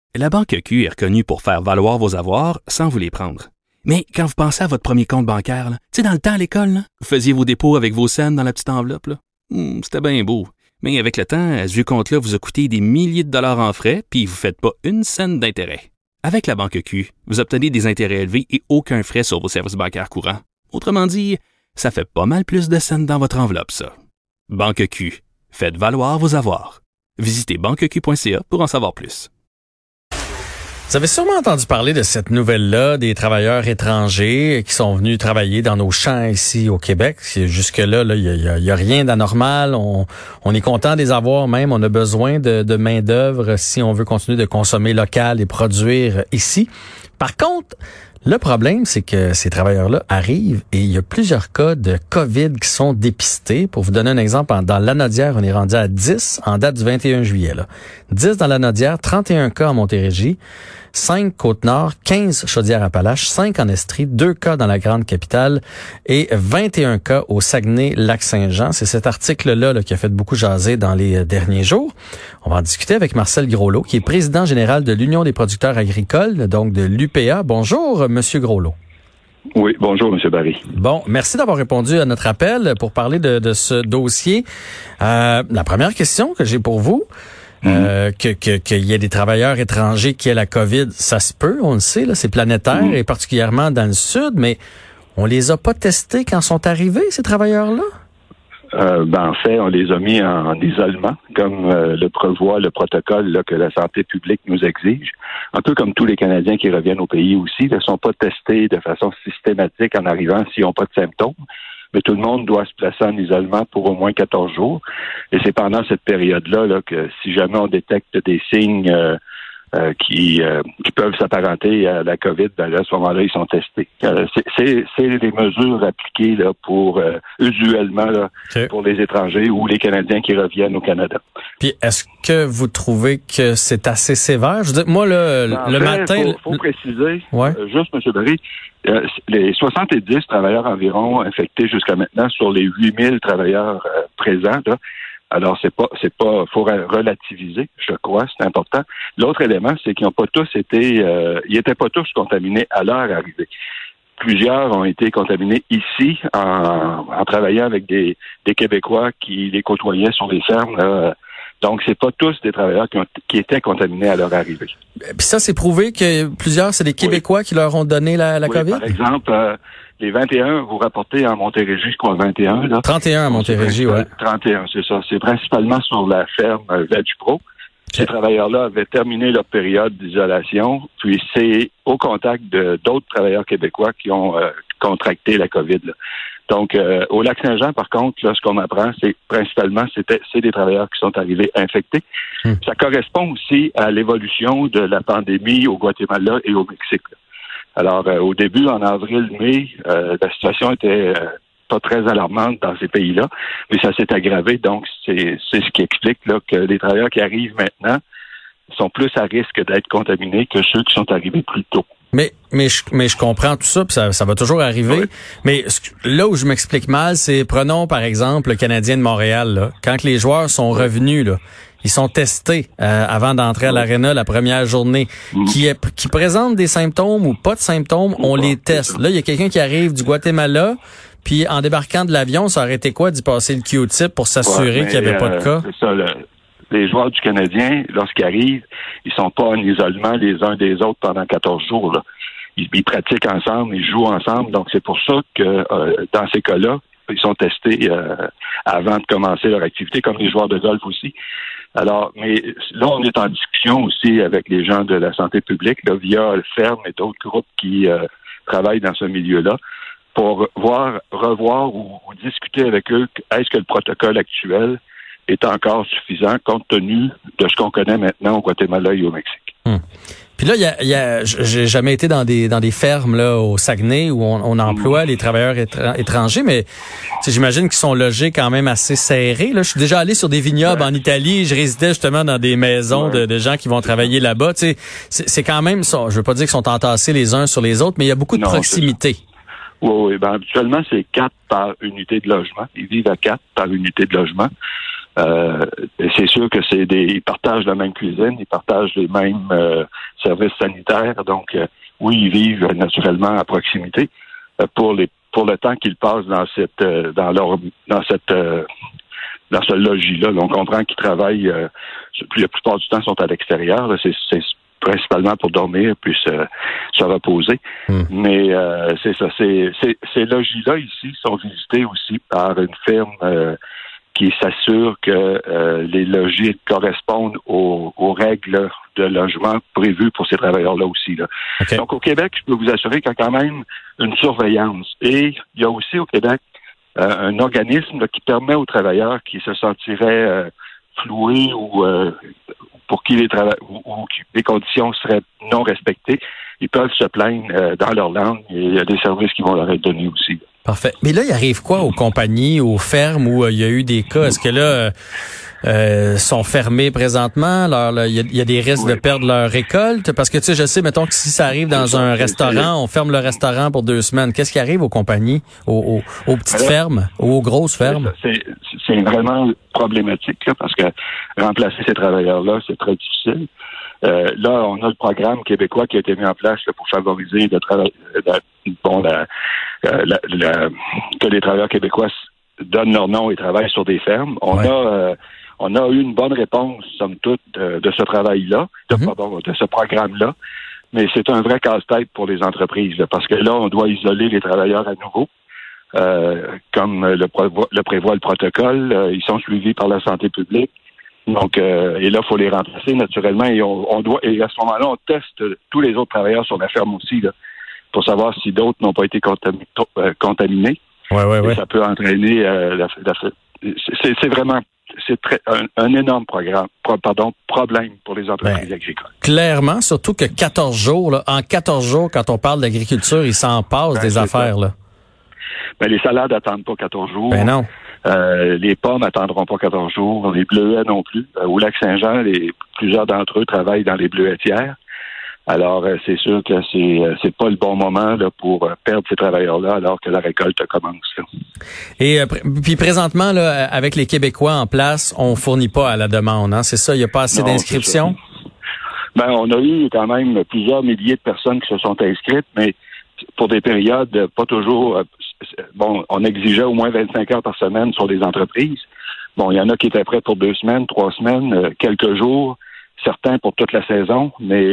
La Banque Q est reconnue pour faire valoir vos avoirs sans vous les prendre. Mais quand vous pensez à votre premier compte bancaire, tu sais, dans le temps à l'école, là, vous faisiez vos dépôts avec vos scènes dans la petite enveloppe. Là. C'était bien beau. Mais avec le temps, ce vieux compte-là vous a coûté des milliers de dollars en frais, puis vous ne faites pas une scène d'intérêt. Avec la Banque Q, vous obtenez des intérêts élevés et aucun frais sur vos services bancaires courants. Autrement dit, ça fait pas mal plus de scènes dans votre enveloppe, ça. Banque Q. Faites valoir vos avoirs. Visitez banqueq.ca pour en savoir plus. Vous avez sûrement entendu parler de cette nouvelle-là, des travailleurs étrangers qui sont venus travailler dans nos champs ici au Québec. Jusque-là, il y a rien d'anormal. On est content de les avoir même. On a besoin de main-d'œuvre si on veut continuer de consommer local et produire ici. Par contre, le problème, c'est que ces travailleurs-là arrivent et il y a plusieurs cas de COVID qui sont dépistés. Pour vous donner un exemple, dans l'Anaudière, on est rendu à 10 en date du 21 juillet. Là. 10 dans l'Anaudière, 31 cas en Montérégie, 5 Côte-Nord, 15 Chaudière-Appalaches, 5 en Estrie, 2 cas dans la grande capitale et 21 cas au Saguenay-Lac-Saint-Jean. C'est cet article-là qui a fait beaucoup jaser dans les derniers jours. On va en discuter avec Marcel Groslot, qui est président général de l'Union des producteurs agricoles, donc de l'UPA. Bonjour, Monsieur Groslot. Oui, bonjour, M. Barry. Bon, merci d'avoir répondu à notre appel pour parler de ce dossier. La première question que j'ai pour vous, qu'il y ait des travailleurs étrangers qui aient la COVID, ça se peut, on le sait, là, c'est planétaire et particulièrement dans le sud, mais on les a pas testés quand sont arrivés, ces travailleurs-là? En fait, on les a mis en isolement, comme le prévoit le protocole là, que la santé publique nous exige. Un peu comme tous les Canadiens qui reviennent au pays aussi, ne sont pas testés de façon systématique en arrivant s'ils n'ont pas de symptômes. Mais tout le monde doit se placer en isolement pour au moins 14 jours. Et c'est pendant cette période-là là, que si jamais on détecte des signes qui peuvent s'apparenter à la COVID, ben là, à ce moment-là, ils sont testés. C'est des mesures appliquées là, pour usuellement là, pour les étrangers ou les Canadiens qui reviennent au Canada. Puis est-ce que vous trouvez que c'est assez sévère? Je veux dire, moi, le matin... Faut préciser, ouais. Juste, M. Barry, les 70 travailleurs environ infectés jusqu'à maintenant sur les 8000 travailleurs présents, là. Alors, faut relativiser, je crois, c'est important. L'autre élément, c'est qu'ils n'ont pas tous été, ils étaient pas tous contaminés à leur arrivée. Plusieurs ont été contaminés ici en travaillant avec des Québécois qui les côtoyaient sur les fermes, là. Donc, c'est pas tous des travailleurs qui étaient contaminés à leur arrivée. Puis ça, c'est prouvé que plusieurs, c'est des Québécois qui leur ont donné la COVID? Par exemple, les 21, vous rapportez en Montérégie, je crois, 21. Là. 31 à Montérégie, oui. 31, c'est ça. C'est principalement sur la ferme Vegpro. Ces travailleurs-là avaient terminé leur période d'isolation, puis c'est au contact d'autres travailleurs québécois qui ont contracté la COVID. Là. Donc, au Lac-Saint-Jean, par contre, là, ce qu'on apprend, c'est principalement, c'est des travailleurs qui sont arrivés infectés. Ça correspond aussi à l'évolution de la pandémie au Guatemala et au Mexique. Là. Alors, au début, en avril-mai, la situation était pas très alarmante dans ces pays-là, mais ça s'est aggravé. Donc, c'est ce qui explique là, que les travailleurs qui arrivent maintenant sont plus à risque d'être contaminés que ceux qui sont arrivés plus tôt. Mais je comprends tout ça, puis ça va toujours arriver. Oui. Mais là où je m'explique mal, c'est prenons par exemple le Canadien de Montréal. Là, quand les joueurs sont revenus, là, ils sont testés avant d'entrer à l'aréna la première journée, qui présentent des symptômes ou pas de symptômes, on les teste. Là, il y a quelqu'un qui arrive du Guatemala, puis en débarquant de l'avion, ça aurait été quoi d'y passer le Q-tip pour s'assurer qu'il n'y avait pas de cas? C'est ça, les joueurs du Canadien, lorsqu'ils arrivent, ils sont pas en isolement les uns des autres pendant 14 jours. Là. Ils pratiquent ensemble, ils jouent ensemble. Donc, c'est pour ça que dans ces cas-là, ils sont testés avant de commencer leur activité, comme les joueurs de golf aussi. Alors, mais là, on est en discussion aussi avec les gens de la santé publique, là, via le Ferme et d'autres groupes qui travaillent dans ce milieu-là, pour revoir ou discuter avec eux, est-ce que le protocole actuel est encore suffisant compte tenu de ce qu'on connaît maintenant au Guatemala et au Mexique. Puis là, j'ai jamais été dans des fermes là au Saguenay où on emploie les travailleurs étrangers, mais j'imagine qu'ils sont logés quand même assez serrés. Là, je suis déjà allé sur des vignobles en Italie. Je résidais justement dans des maisons de gens qui vont travailler là-bas. C'est quand même ça. Je veux pas dire qu'ils sont entassés les uns sur les autres, mais il y a beaucoup de proximité. Oui. Habituellement, c'est 4 par unité de logement. Ils vivent à 4 par unité de logement. Et c'est sûr que ils partagent la même cuisine, ils partagent les mêmes services sanitaires, donc oui, ils vivent naturellement à proximité pour le temps qu'ils passent dans ce logis-là. On comprend qu'ils travaillent, la plupart du temps sont à l'extérieur. Là, c'est principalement pour dormir puis se reposer. Mais c'est ça. Ces logis-là ici sont visités aussi par une firme qui s'assure que les logis correspondent aux règles de logement prévues pour ces travailleurs-là aussi. Là. Okay. Donc, au Québec, je peux vous assurer qu'il y a quand même une surveillance. Et il y a aussi au Québec un organisme là, qui permet aux travailleurs qui se sentiraient floués ou pour qui les conditions seraient non respectées, ils peuvent se plaindre dans leur langue et il y a des services qui vont leur être donnés aussi. Parfait. Mais là, il arrive quoi aux compagnies, aux fermes où il y a eu des cas? Est-ce que là, sont fermés présentement? Il y a des risques de perdre leur récolte? Parce que, tu sais, je sais, mettons que si ça arrive dans un restaurant, on ferme le restaurant pour 2 semaines. Qu'est-ce qui arrive aux compagnies, aux petites fermes, aux grosses fermes? C'est vraiment problématique, là, parce que remplacer ces travailleurs-là, c'est très difficile. Là, on a le programme québécois qui a été mis en place là, pour favoriser le travail, que les travailleurs québécois donnent leur nom et travaillent sur des fermes. On a eu une bonne réponse, somme toute, de ce travail-là, de ce programme-là, mais c'est un vrai casse-tête pour les entreprises, là, parce que là, on doit isoler les travailleurs à nouveau, comme le prévoit le protocole. Ils sont suivis par la santé publique. Donc, et là, il faut les remplacer naturellement et et à ce moment-là, on teste tous les autres travailleurs sur la ferme aussi, là, pour savoir si d'autres n'ont pas été contaminés. Ouais. Ça peut entraîner c'est un énorme problème pour les entreprises agricoles. Clairement, surtout que 14 jours, là, en 14 jours, quand on parle d'agriculture, il s'en passe des affaires, là. Les salades n'attendent pas 14 jours. Ben non. Les pommes n'attendront pas 14 jours. Les bleuets non plus. Au Lac-Saint-Jean, plusieurs d'entre eux travaillent dans les bleuetières. Alors, c'est sûr que c'est pas le bon moment là, pour perdre ces travailleurs-là alors que la récolte commence. Là. Et puis présentement, là, avec les Québécois en place, on fournit pas à la demande, hein? C'est ça? Il n'y a pas assez d'inscriptions? On a eu quand même plusieurs milliers de personnes qui se sont inscrites, mais pour des périodes pas toujours... on exigeait au moins 25 heures par semaine sur les entreprises. Il y en a qui étaient prêts pour 2 semaines, 3 semaines, quelques jours, certains pour toute la saison, mais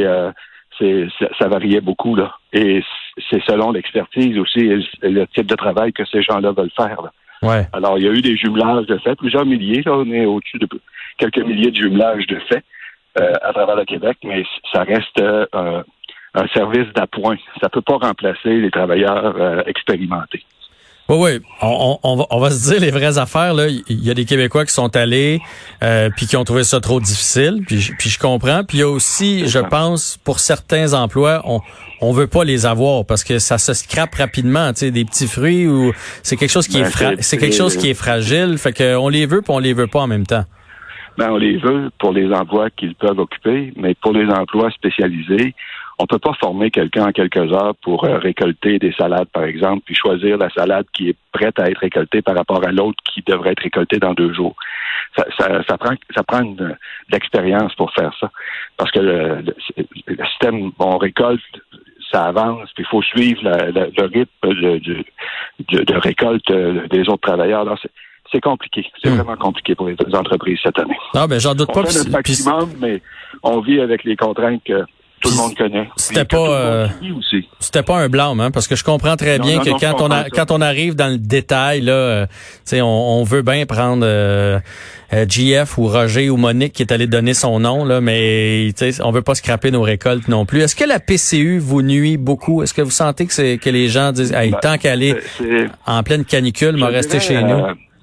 ça variait beaucoup, là. Et c'est selon l'expertise aussi et le type de travail que ces gens-là veulent faire, là. Ouais. Alors, il y a eu des jumelages de fait, plusieurs milliers, là, on est au-dessus de quelques milliers de jumelages de fait à travers le Québec, mais ça reste un service d'appoint. Ça peut pas remplacer les travailleurs expérimentés. Oui. On va se dire les vraies affaires, là. Il y a des Québécois qui sont allés, puis qui ont trouvé ça trop difficile, puis je comprends. Puis il y a aussi, je pense, pour certains emplois, on veut pas les avoir parce que ça se scrape rapidement, tu sais, des petits fruits ou c'est quelque chose qui c'est quelque chose qui est fragile. Fait que on les veut puis on les veut pas en même temps. On les veut pour les emplois qu'ils peuvent occuper, mais pour les emplois spécialisés, on peut pas former quelqu'un en quelques heures pour récolter des salades, par exemple, puis choisir la salade qui est prête à être récoltée par rapport à l'autre qui devrait être récoltée dans 2 jours. Ça prend de l'expérience pour faire ça. Parce que le système, on récolte, ça avance, puis il faut suivre le rythme de récolte des autres travailleurs. Alors, c'est compliqué. C'est vraiment compliqué pour les entreprises cette année. Non, j'en doute pas. On fait notre maximum, mais on vit avec les contraintes que tout le monde connaît. C'était pas un blâme, hein, parce que je comprends très bien que quand on arrive dans le détail, là, on veut bien prendre GF ou Roger ou Monique qui est allé donner son nom, là, mais on veut pas scraper nos récoltes non plus. Est-ce que la PCU vous nuit beaucoup? Est-ce que vous sentez que les gens disent tant qu'aller en pleine canicule, m'a resté chez nous?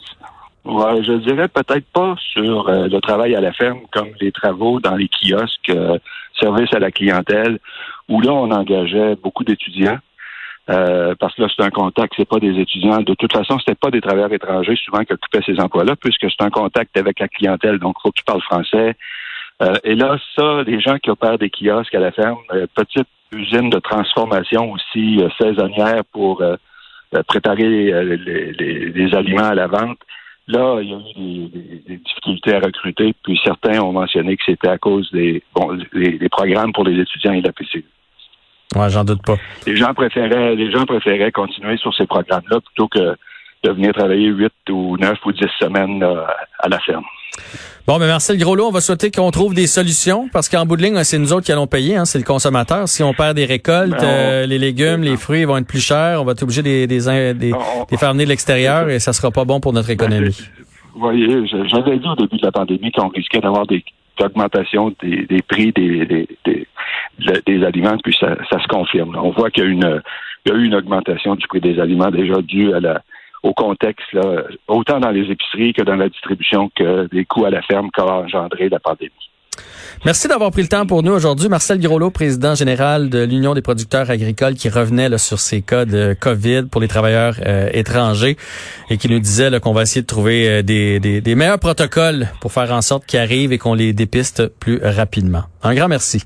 Je dirais peut-être pas sur le travail à la ferme comme les travaux dans les kiosques, service à la clientèle, où là, on engageait beaucoup d'étudiants. Parce que là, c'est un contact, c'est pas des étudiants. De toute façon, c'était pas des travailleurs étrangers souvent qui occupaient ces emplois-là, puisque c'est un contact avec la clientèle, donc il faut que tu parles français. Et là, les gens qui opèrent des kiosques à la ferme, petite usine de transformation aussi saisonnière pour préparer les aliments à la vente, Là, il y a eu des difficultés à recruter, puis certains ont mentionné que c'était à cause des programmes pour les étudiants et la PCU. Ouais, j'en doute pas. Les gens préféraient continuer sur ces programmes-là plutôt que de venir travailler 8 ou 9 ou 10 semaines à la ferme. Bon, mais Marcel Groslot, on va souhaiter qu'on trouve des solutions parce qu'en bout de ligne, c'est nous autres qui allons payer, c'est le consommateur. Si on perd des récoltes, les légumes, les fruits vont être plus chers, on va être obligé de les faire venir de l'extérieur et ça sera pas bon pour notre économie. Vous voyez, j'avais dit au début de la pandémie qu'on risquait d'avoir des augmentations des prix des aliments, puis ça se confirme. On voit qu'il y a eu une augmentation du prix des aliments déjà due au contexte, là, autant dans les épiceries que dans la distribution, que des coûts à la ferme qu'a engendré la pandémie. Merci d'avoir pris le temps pour nous aujourd'hui. Marcel Groslot, président général de l'Union des producteurs agricoles, qui revenait là, sur ces cas de COVID pour les travailleurs étrangers et qui nous disait qu'on va essayer de trouver des meilleurs protocoles pour faire en sorte qu'ils arrivent et qu'on les dépiste plus rapidement. Un grand merci.